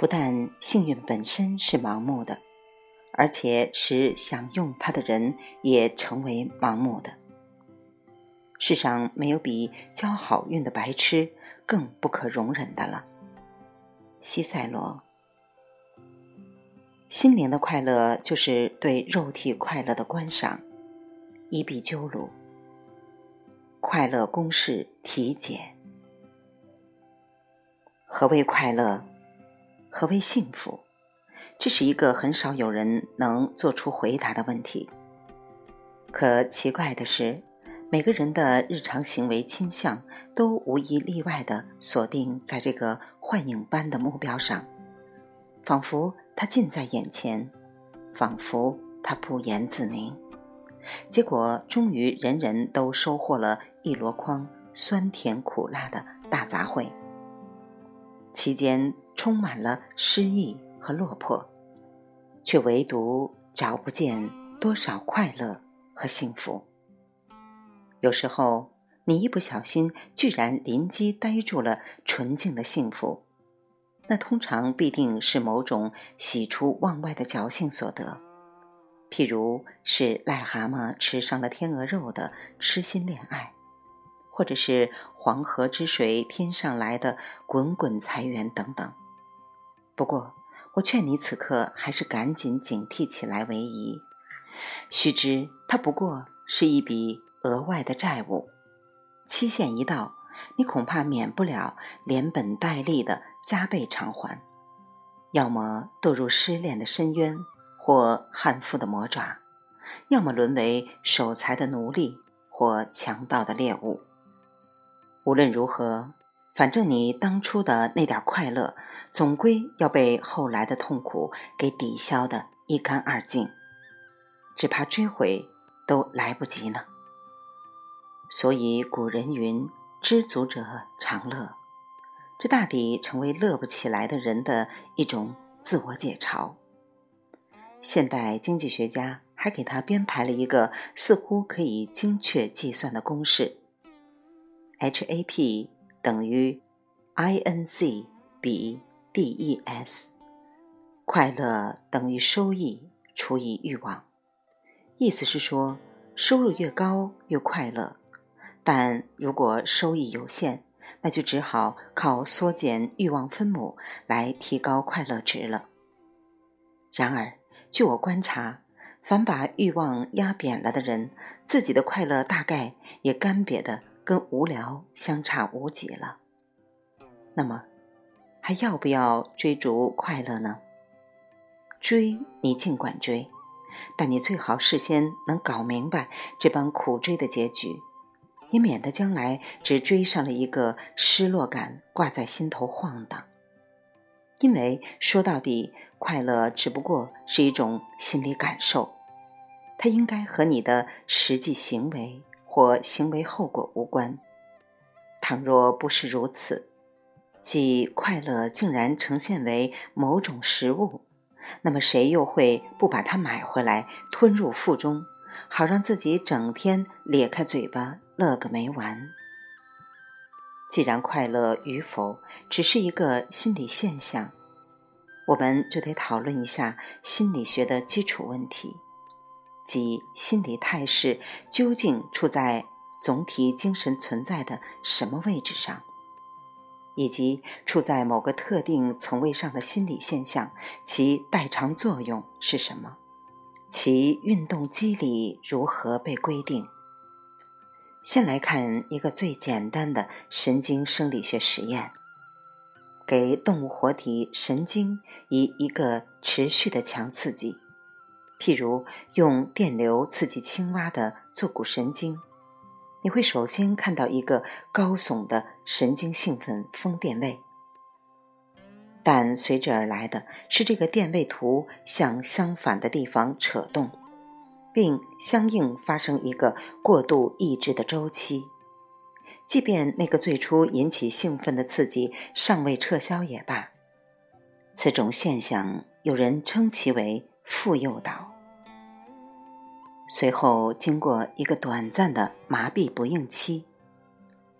不但幸运本身是盲目的，而且使享用它的人也成为盲目的。世上没有比交好运的白痴更不可容忍的了。西塞罗。心灵的快乐就是对肉体快乐的观赏。伊壁鸠鲁。快乐公式题解。何为快乐？何为幸福？这是一个很少有人能做出回答的问题。可奇怪的是，每个人的日常行为倾向都无一例外地锁定在这个幻影般的目标上，仿佛它近在眼前，仿佛它不言自明。结果终于人人都收获了一箩筐酸甜苦辣的大杂烩，其间充满了失意和落魄，却唯独找不见多少快乐和幸福。有时候你一不小心居然临机呆住了纯净的幸福，那通常必定是某种喜出望外的侥幸所得，譬如是癞蛤蟆吃上了天鹅肉的痴心恋爱，或者是黄河之水天上来的滚滚财源等等。不过我劝你此刻还是赶紧警惕起来为宜，须知它不过是一笔额外的债务，期限一到，你恐怕免不了连本带利的加倍偿还，要么堕入失恋的深渊，或悍妇的魔爪，要么沦为守财的奴隶，或强盗的猎物。无论如何，反正你当初的那点快乐总归要被后来的痛苦给抵消得一干二净，只怕追回都来不及了。所以古人云，知足者常乐，这大抵成为乐不起来的人的一种自我解嘲。现代经济学家还给他编排了一个似乎可以精确计算的公式， HAP 等于 INC 比 DES， 快乐等于收益除以欲望。意思是说，收入越高越快乐，但如果收益有限，那就只好靠缩减欲望分母来提高快乐值了。然而据我观察，凡把欲望压扁了的人，自己的快乐大概也干瘪的跟无聊相差无几了。那么还要不要追逐快乐呢？追你尽管追，但你最好事先能搞明白这般苦追的结局，也免得将来只追上了一个失落感挂在心头晃荡。因为说到底，快乐只不过是一种心理感受，它应该和你的实际行为或行为后果无关。倘若不是如此，即快乐竟然呈现为某种食物，那么谁又会不把它买回来吞入腹中，好让自己整天咧开嘴巴乐个没完？既然快乐与否只是一个心理现象，我们就得讨论一下心理学的基础问题，即心理态势究竟处在总体精神存在的什么位置上，以及处在某个特定层位上的心理现象，其代偿作用是什么，其运动机理如何被规定。先来看一个最简单的神经生理学实验，给动物活体神经以一个持续的强刺激，譬如用电流刺激青蛙的坐骨神经，你会首先看到一个高耸的神经兴奋疯电位，但随之而来的是这个电位图向相反的地方扯动，并相应发生一个过度抑制的周期。即便那个最初引起兴奋的刺激尚未撤销也罢，此种现象有人称其为负诱导。随后经过一个短暂的麻痹不应期，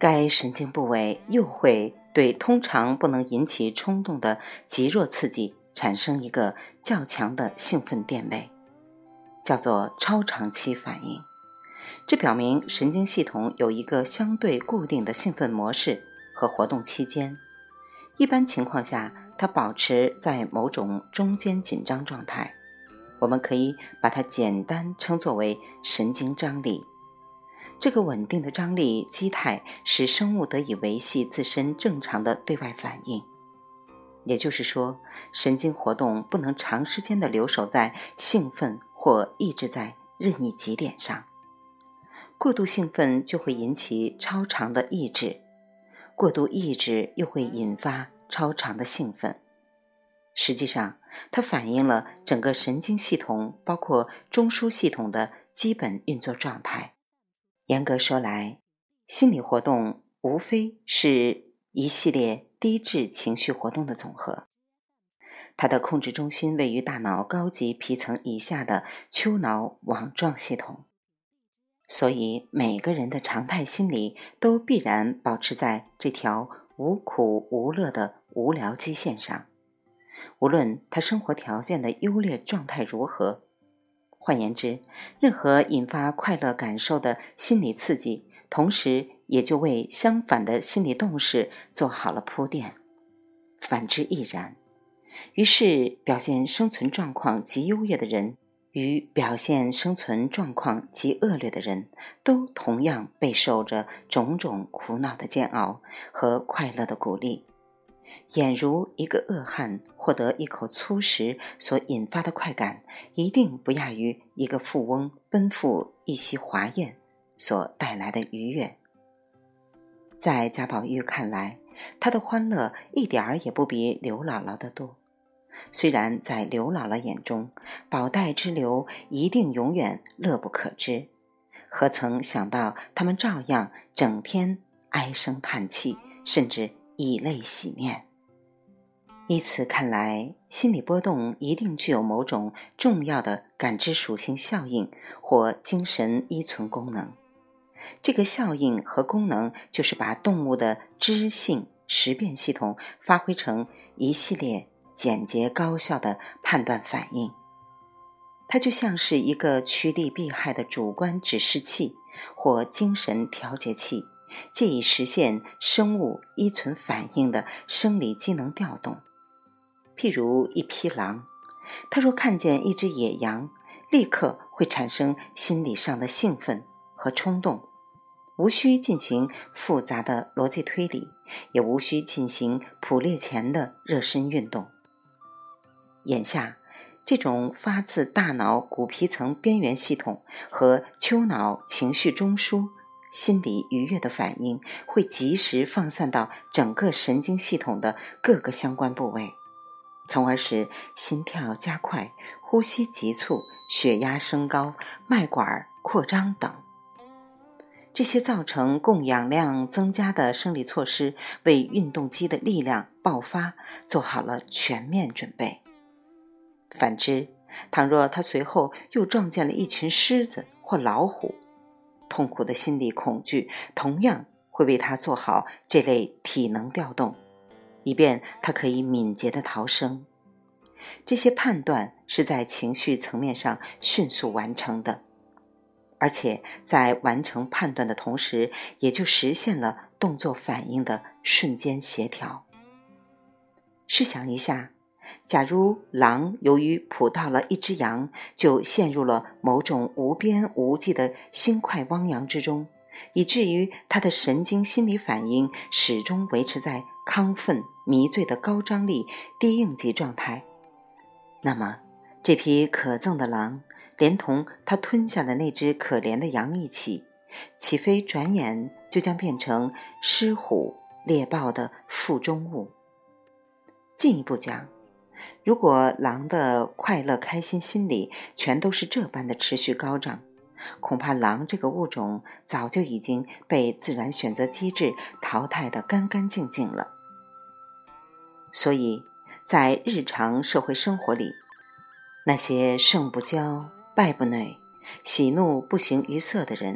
该神经部位又会对通常不能引起冲动的极弱刺激产生一个较强的兴奋电位，叫做超长期反应。这表明神经系统有一个相对固定的兴奋模式和活动期间，一般情况下它保持在某种中间紧张状态，我们可以把它简单称作为神经张力。这个稳定的张力基态使生物得以维系自身正常的对外反应，也就是说，神经活动不能长时间地留守在兴奋或抑制在任意极点上。过度兴奋就会引起超长的抑制，过度抑制又会引发超长的兴奋。实际上，它反映了整个神经系统，包括中枢系统的基本运作状态。严格说来，心理活动无非是一系列低质情绪活动的总和。它的控制中心位于大脑高级皮层以下的丘脑网状系统。所以每个人的常态心理都必然保持在这条无苦无乐的无聊基线上，无论他生活条件的优劣状态如何。换言之，任何引发快乐感受的心理刺激，同时也就为相反的心理动势做好了铺垫，反之亦然。于是表现生存状况极优越的人与表现生存状况极恶劣的人，都同样备受着种种苦恼的煎熬和快乐的鼓励。俨如一个恶汉获得一口粗食所引发的快感，一定不亚于一个富翁奔赴一席华宴所带来的愉悦。在贾宝玉看来，他的欢乐一点儿也不比刘姥姥的多。虽然在刘姥姥眼中，宝黛之流一定永远乐不可支，何曾想到他们照样整天唉声叹气，甚至以泪洗面。以此看来，心理波动一定具有某种重要的感知属性效应或精神依存功能。这个效应和功能就是把动物的知性识辨系统发挥成一系列简洁高效的判断反应。它就像是一个趋利避害的主观指示器或精神调节器，借以实现生物依存反应的生理机能调动。譬如一匹狼，它若看见一只野羊，立刻会产生心理上的兴奋和冲动，无需进行复杂的逻辑推理，也无需进行捕猎前的热身运动。眼下，这种发自大脑骨皮层边缘系统和丘脑情绪中枢心理愉悦的反应，会及时放散到整个神经系统的各个相关部位，从而使心跳加快、呼吸急促、血压升高、脉管扩张等。这些造成供氧量增加的生理措施，为运动机的力量爆发做好了全面准备。反之，倘若他随后又撞见了一群狮子或老虎，痛苦的心理恐惧同样会为他做好这类体能调动，以便他可以敏捷地逃生。这些判断是在情绪层面上迅速完成的，而且在完成判断的同时，也就实现了动作反应的瞬间协调。试想一下，假如狼由于捕到了一只羊，就陷入了某种无边无际的心快汪洋之中，以至于它的神经心理反应始终维持在亢奋迷醉的高张力低应急状态，那么这匹可憎的狼连同它吞下的那只可怜的羊一起，岂非转眼就将变成狮虎猎豹的腹中物？进一步讲，如果狼的快乐开心心理全都是这般的持续高涨，恐怕狼这个物种早就已经被自然选择机制淘汰得干干净净了。所以在日常社会生活里，那些胜不骄败不馁、喜怒不形于色的人，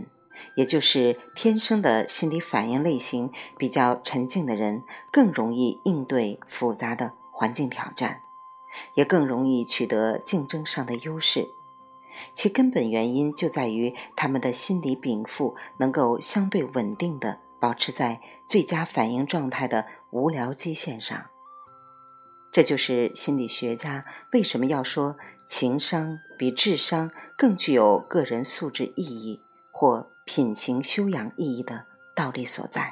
也就是天生的心理反应类型比较沉静的人，更容易应对复杂的环境挑战，也更容易取得竞争上的优势。其根本原因就在于他们的心理禀赋能够相对稳定地保持在最佳反应状态的无聊基线上。这就是心理学家为什么要说情商比智商更具有个人素质意义或品行修养意义的道理所在。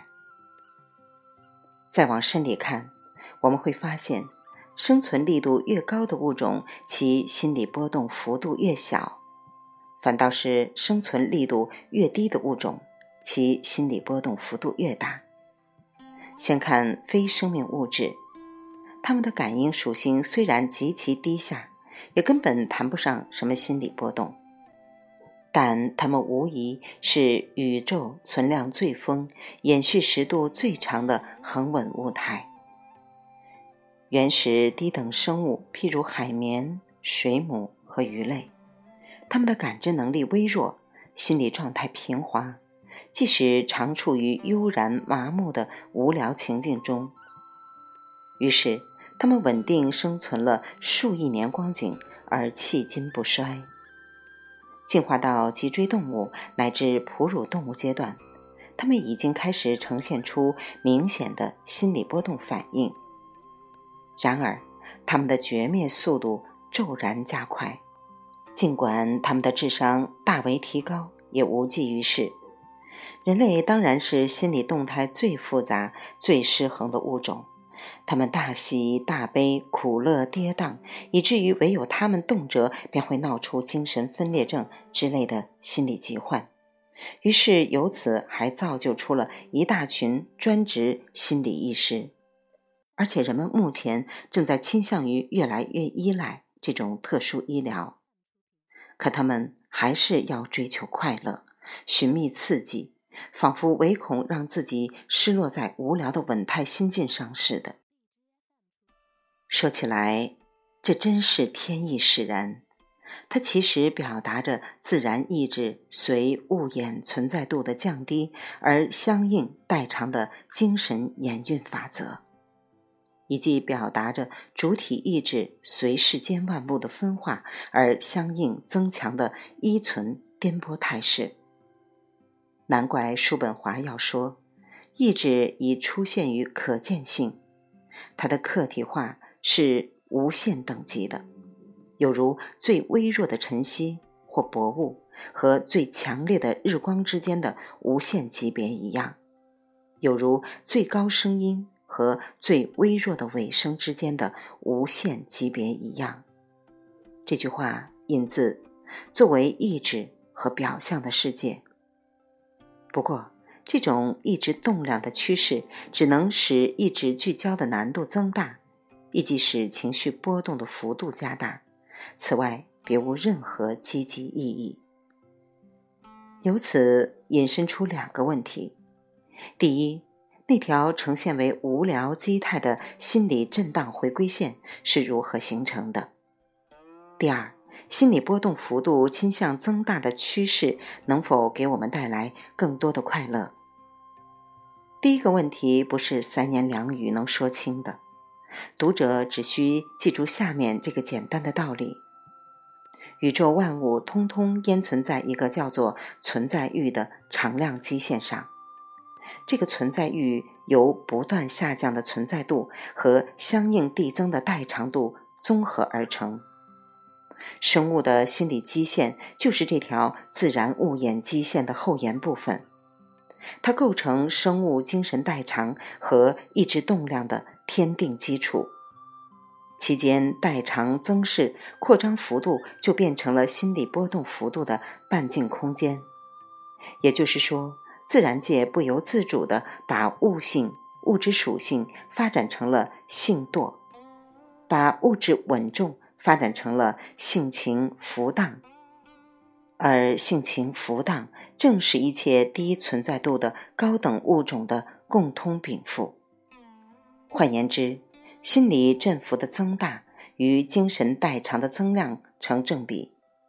再往深里看，我们会发现生存力度越高的物种，其心理波动幅度越小，反倒是生存力度越低的物种，其心理波动幅度越大。先看非生命物质，它们的感应属性虽然极其低下，也根本谈不上什么心理波动，但它们无疑是宇宙存量最丰、延续时度最长的恒稳物态。原始低等生物，譬如海绵、水母和鱼类，它们的感知能力微弱，心理状态平滑，即使常处于悠然麻木的无聊情境中，于是它们稳定生存了数亿年光景，而迄今不衰。进化到脊椎动物乃至哺乳动物阶段，它们已经开始呈现出明显的心理波动反应。然而，它们的绝灭速度骤然加快，尽管它们的智商大为提高，也无济于事。人类当然是心理动态最复杂、最失衡的物种，他们大喜大悲，苦乐跌宕，以至于唯有他们动辄便会闹出精神分裂症之类的心理疾患。于是由此还造就出了一大群专职心理医师，而且人们目前正在倾向于越来越依赖这种特殊医疗。可他们还是要追求快乐，寻觅刺激，仿佛唯恐让自己失落在无聊的稳态心境上似的。说起来，这真是天意使然，它其实表达着自然意志随物演存在度的降低而相应代偿的精神演运法则，以及表达着主体意志随世间万物的分化而相应增强的依存颠簸态势。难怪叔本华要说，意志已出现于可见性，它的客体化是无限等级的，有如最微弱的晨曦或薄雾和最强烈的日光之间的无限级别一样，有如最高声音和最微弱的尾声之间的无限级别一样。这句话引自作为意志和表象的世界。不过，这种意志动量的趋势只能使意志聚焦的难度增大，以及使情绪波动的幅度加大，此外别无任何积极意义。由此引申出两个问题：第一，那条呈现为无聊基态的心理震荡回归线是如何形成的？第二，心理波动幅度倾向增大的趋势能否给我们带来更多的快乐？第一个问题不是三言两语能说清的，读者只需记住下面这个简单的道理：宇宙万物通通淹存在一个叫做存在域的常量基线上，这个存在域由不断下降的存在度和相应递增的代偿度综合而成。生物的心理基线就是这条自然物演基线的后沿部分，它构成生物精神代偿和意志动量的天定基础。期间代偿增势扩张幅度就变成了心理波动幅度的半径空间。也就是说，自然界不由自主地把物性、物质属性发展成了性惰，把物质稳重发展成了性情浮荡，而性情浮荡正是一切低存在度的高等物种的共通禀赋。换言之，心理振幅的增大与精神代偿的增量成正比。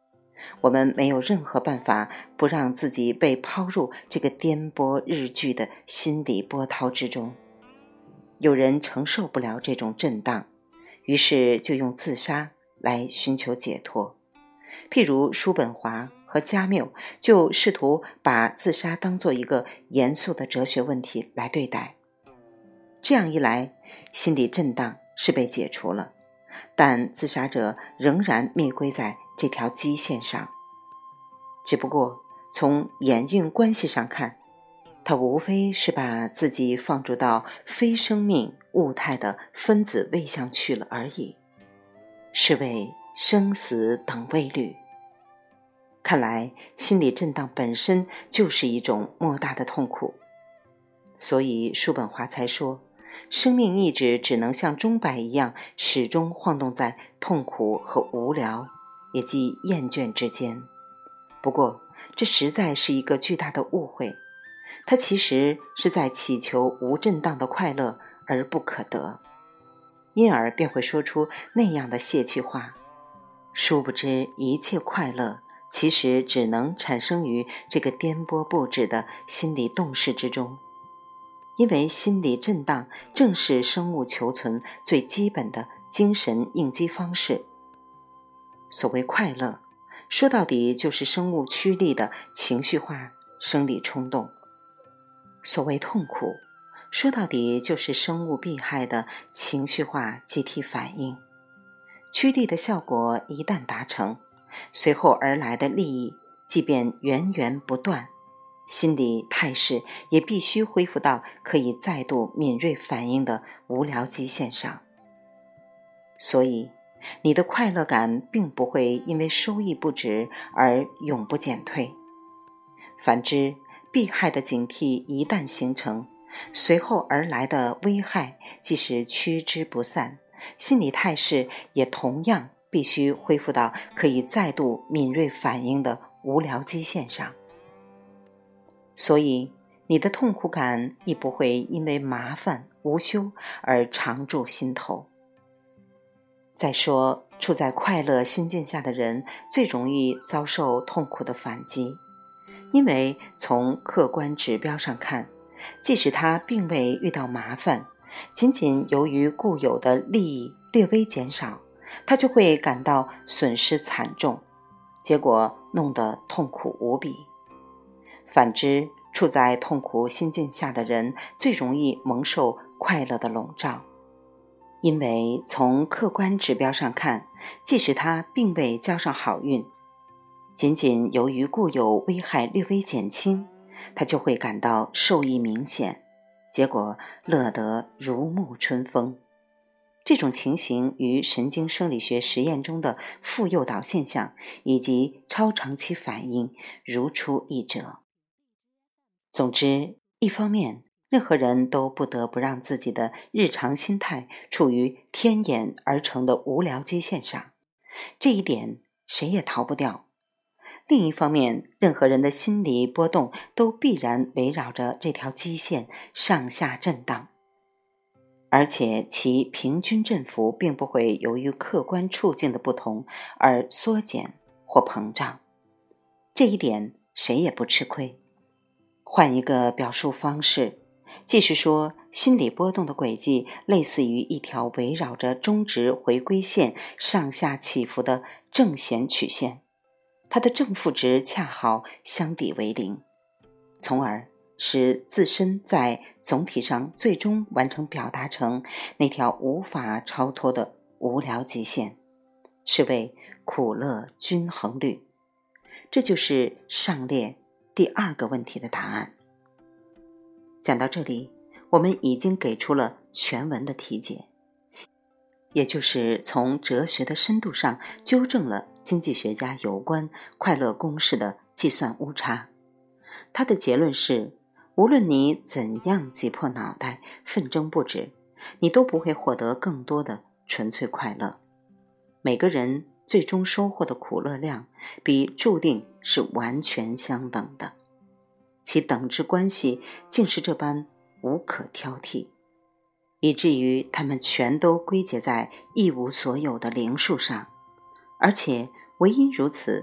我们没有任何办法不让自己被抛入这个颠簸日剧的心理波涛之中。有人承受不了这种震荡，于是就用自杀来寻求解脱。譬如叔本华和加缪就试图把自杀当作一个严肃的哲学问题来对待。这样一来，心理震荡是被解除了，但自杀者仍然密归在这条基线上。只不过从演运关系上看，他无非是把自己放逐到非生命物态的分子位相去了而已，是为生死等位律。看来心理震荡本身就是一种莫大的痛苦，所以叔本华才说，生命意志只能像钟摆一样始终晃动在痛苦和无聊，也即厌倦之间。不过这实在是一个巨大的误会，他其实是在祈求无震荡的快乐而不可得，因而便会说出那样的泄气话。殊不知一切快乐其实只能产生于这个颠簸不止的心理动势之中，因为心理震荡正是生物求存最基本的精神应激方式。所谓快乐，说到底就是生物趋利的情绪化生理冲动；所谓痛苦，说到底就是生物避害的情绪化集体反应。趋利的效果一旦达成，随后而来的利益即便源源不断，心理态势也必须恢复到可以再度敏锐反应的无聊基线上。所以你的快乐感并不会因为收益不值而永不减退，反之，避害的警惕一旦形成，随后而来的危害即使趋之不散，心理态势也同样必须恢复到可以再度敏锐反应的无聊基线上。所以你的痛苦感亦不会因为麻烦无休而常驻心头。再说，处在快乐心境下的人最容易遭受痛苦的反击，因为从客观指标上看，即使他并未遇到麻烦，仅仅由于固有的利益略微减少，他就会感到损失惨重，结果弄得痛苦无比。反之，处在痛苦心境下的人最容易蒙受快乐的笼罩，因为从客观指标上看，即使他并未交上好运，仅仅由于固有危害略微减轻，他就会感到受益明显，结果乐得如沐春风。这种情形与神经生理学实验中的负诱导现象以及超长期反应如出一辙。总之，一方面，任何人都不得不让自己的日常心态处于天演而成的无聊基线上，这一点谁也逃不掉。另一方面，任何人的心理波动都必然围绕着这条基线上下震荡，而且其平均振幅并不会由于客观处境的不同而缩减或膨胀，这一点谁也不吃亏。换一个表述方式，即是说心理波动的轨迹类似于一条围绕着中值回归线上下起伏的正弦曲线，它的正负值恰好相抵为零，从而使自身在总体上最终完成表达成那条无法超脱的无聊极限，是为苦乐均衡律。这就是上列第二个问题的答案。讲到这里，我们已经给出了全文的题解，也就是从哲学的深度上纠正了经济学家有关快乐公式的计算误差。他的结论是，无论你怎样挤破脑袋奋争不止，你都不会获得更多的纯粹快乐。每个人最终收获的苦乐量比注定是完全相等的，其等值关系竟是这般无可挑剔，以至于他们全都归结在一无所有的零数上，而且唯因如此，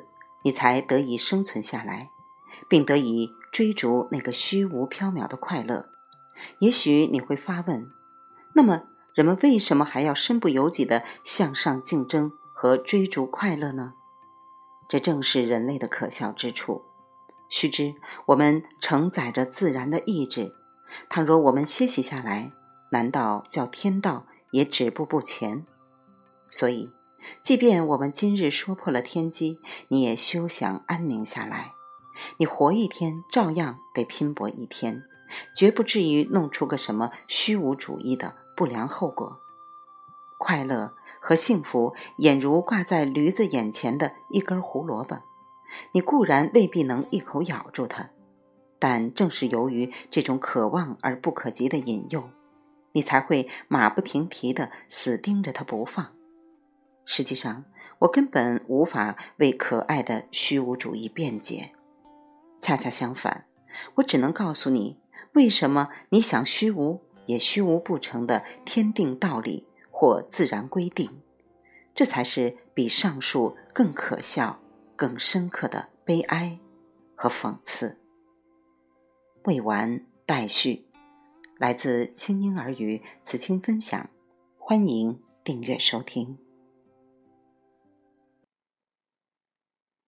你才得以生存下来，并得以追逐那个虚无缥缈的快乐。也许你会发问，那么人们为什么还要身不由己地向上竞争和追逐快乐呢？这正是人类的可笑之处。须知我们承载着自然的意志，倘若我们歇息下来，难道叫天道也止步不前？所以即便我们今日说破了天机，你也休想安宁下来。你活一天照样得拼搏一天，绝不至于弄出个什么虚无主义的不良后果。快乐和幸福俨如挂在驴子眼前的一根胡萝卜，你固然未必能一口咬住它，但正是由于这种可望而不可及的引诱，你才会马不停蹄地死盯着它不放。实际上，我根本无法为可爱的虚无主义辩解。恰恰相反，我只能告诉你，为什么你想虚无也虚无不成的天定道理或自然规定，这才是比上述更可笑、更深刻的悲哀和讽刺。未完待续，来自清音儿语此清分享，欢迎订阅收听。